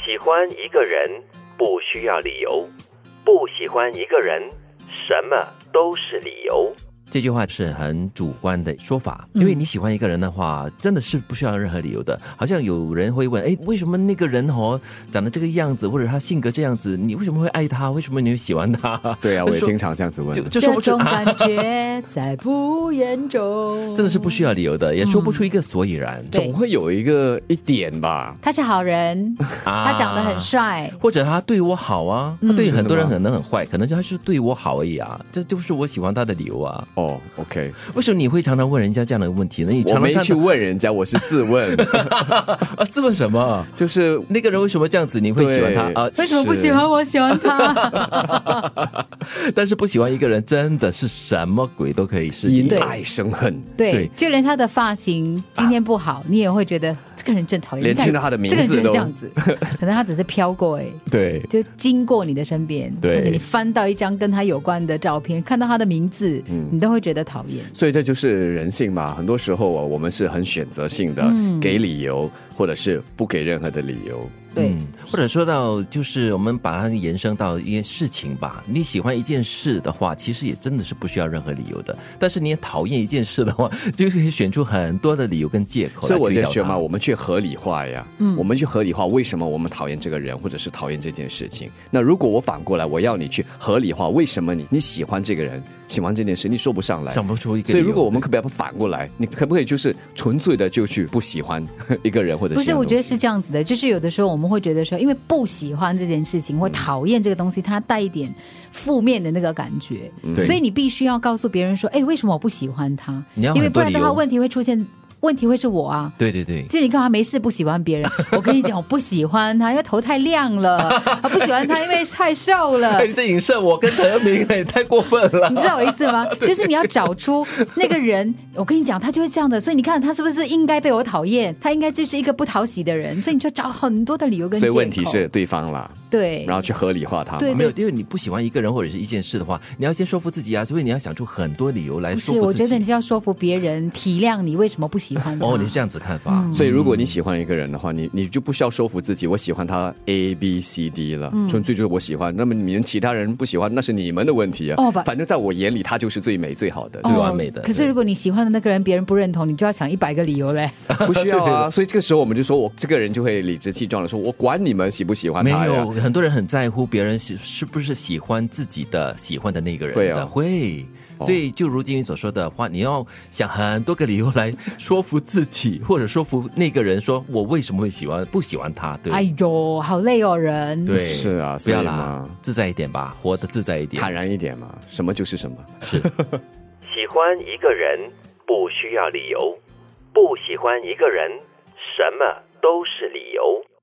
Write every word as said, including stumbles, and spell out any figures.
喜欢一个人不需要理由，不喜欢一个人什么都是理由。 这句话是很主观的说法，因为你喜欢一个人的话，真的是不需要任何理由的。好像有人会问，哎，为什么那个人哦长得这个样子，或者他性格这样子，你为什么会爱他？为什么你会喜欢他？ 对啊，我也经常这样子问。 就就说不出这种感觉在不言中， 真的是不需要理由的，也说不出一个所以然。 对总会有一个一点吧。 他是好人， 啊他长得很帅， 或者他对我好啊，他对很多人可能很坏，可能他是对我好而已啊，这就是我喜欢他的理由啊。 哦 ，OK， 为什么你会常常问人家这样的问题呢？你常常我没去问人家，我是自问。 啊，自问什么？ 就是那个人为什么这样子？你会喜欢他啊？ 为什么不喜欢我？喜欢他。 但是不喜欢一个人，真的是什么鬼都可以是因对爱生恨。 对， 对就连他的发型今天不好，你也会觉得这个人真讨厌。 连你看听到他的名这个人字都就是这样子，可能他只是飘过哎， 对就经过你的身边， 对或者你翻到一张跟他有关的照片，看到他的名字，你都会觉得讨厌。 所以这就是人性嘛。很多时候啊，我们是很选择性的，给理由，或者是不给任何的理由。 对、 嗯，或者说到就是我们把它延伸到一件事情吧。你喜欢一件事的话，其实也真的是不需要任何理由的。但是你也讨厌一件事的话，就可以选出很多的理由跟借口来所以我推导它。 就觉得嘛，我们去合理化呀，嗯，我们去合理化为什么我们讨厌这个人，或者是讨厌这件事情。那如果我反过来，我要你去合理化为什么你你喜欢这个人，喜欢这件事，你说不上来， 想不出一个理由。 所以如果我们可不可以反过来，你可不可以就是纯粹的就去不喜欢一个人或者不是，我觉得是是这样子的，就是有的时候我们会觉得说，因为不喜欢这件事情或讨厌这个东西，它带一点负面的那个感觉，所以你必须要告诉别人说，哎，为什么我不喜欢他？ 你要因为不然很多理由的话问题会出现。问题会是我啊， 对对对， 就你干嘛没事不喜欢别人？我跟你讲，我不喜欢他，因为头太亮了；我不喜欢他，因为太瘦了。 哎，你这影射我跟德明，哎，太过分了。 你知道我意思吗？就是你要找出那个人，我跟你讲，他就会这样的。所以你看，他是不是应该被我讨厌？他应该就是一个不讨喜的人，所以你就找很多的理由跟借口。 所以问题是对方啦， 对， 然后去合理化他嘛。 对没有，因为你不喜欢一个人或者是一件事的话，你要先说服自己啊，所以你要想出很多理由来不是， 说服自己。 我觉得你是要说服别人体谅你为什么不喜欢他。 哦，你是这样子看法， 嗯所以如果你喜欢一个人的话，你你就不需要说服自己，我喜欢他 A B C D 了， 嗯纯粹就是我喜欢。那么你们其他人不喜欢，那是你们的问题啊。 哦吧反正在我眼里，他就是最美最好的， 最对吧完美的。 可是如果你喜欢的那个人别人不认同，你就要想一百个理由嘞。 不需要啊。所以这个时候我们就说，我这个人就会理直气壮的说，我管你们喜不喜欢没他呀。 有，很多人很在乎别人是是不是喜欢自己的喜欢的那个人的， 会啊会。所以就如金云所说的话，你要想很多个理由来说服自己，或者说服那个人，说我为什么会喜欢不喜欢他，对。 哎呦，好累哦，人。 对， 是啊， 不要所以嘛啦，自在一点吧，活得自在一点， 坦然一点嘛，什么就是什么。 是。 喜欢一个人不需要理由，不喜欢一个人什么都是理由。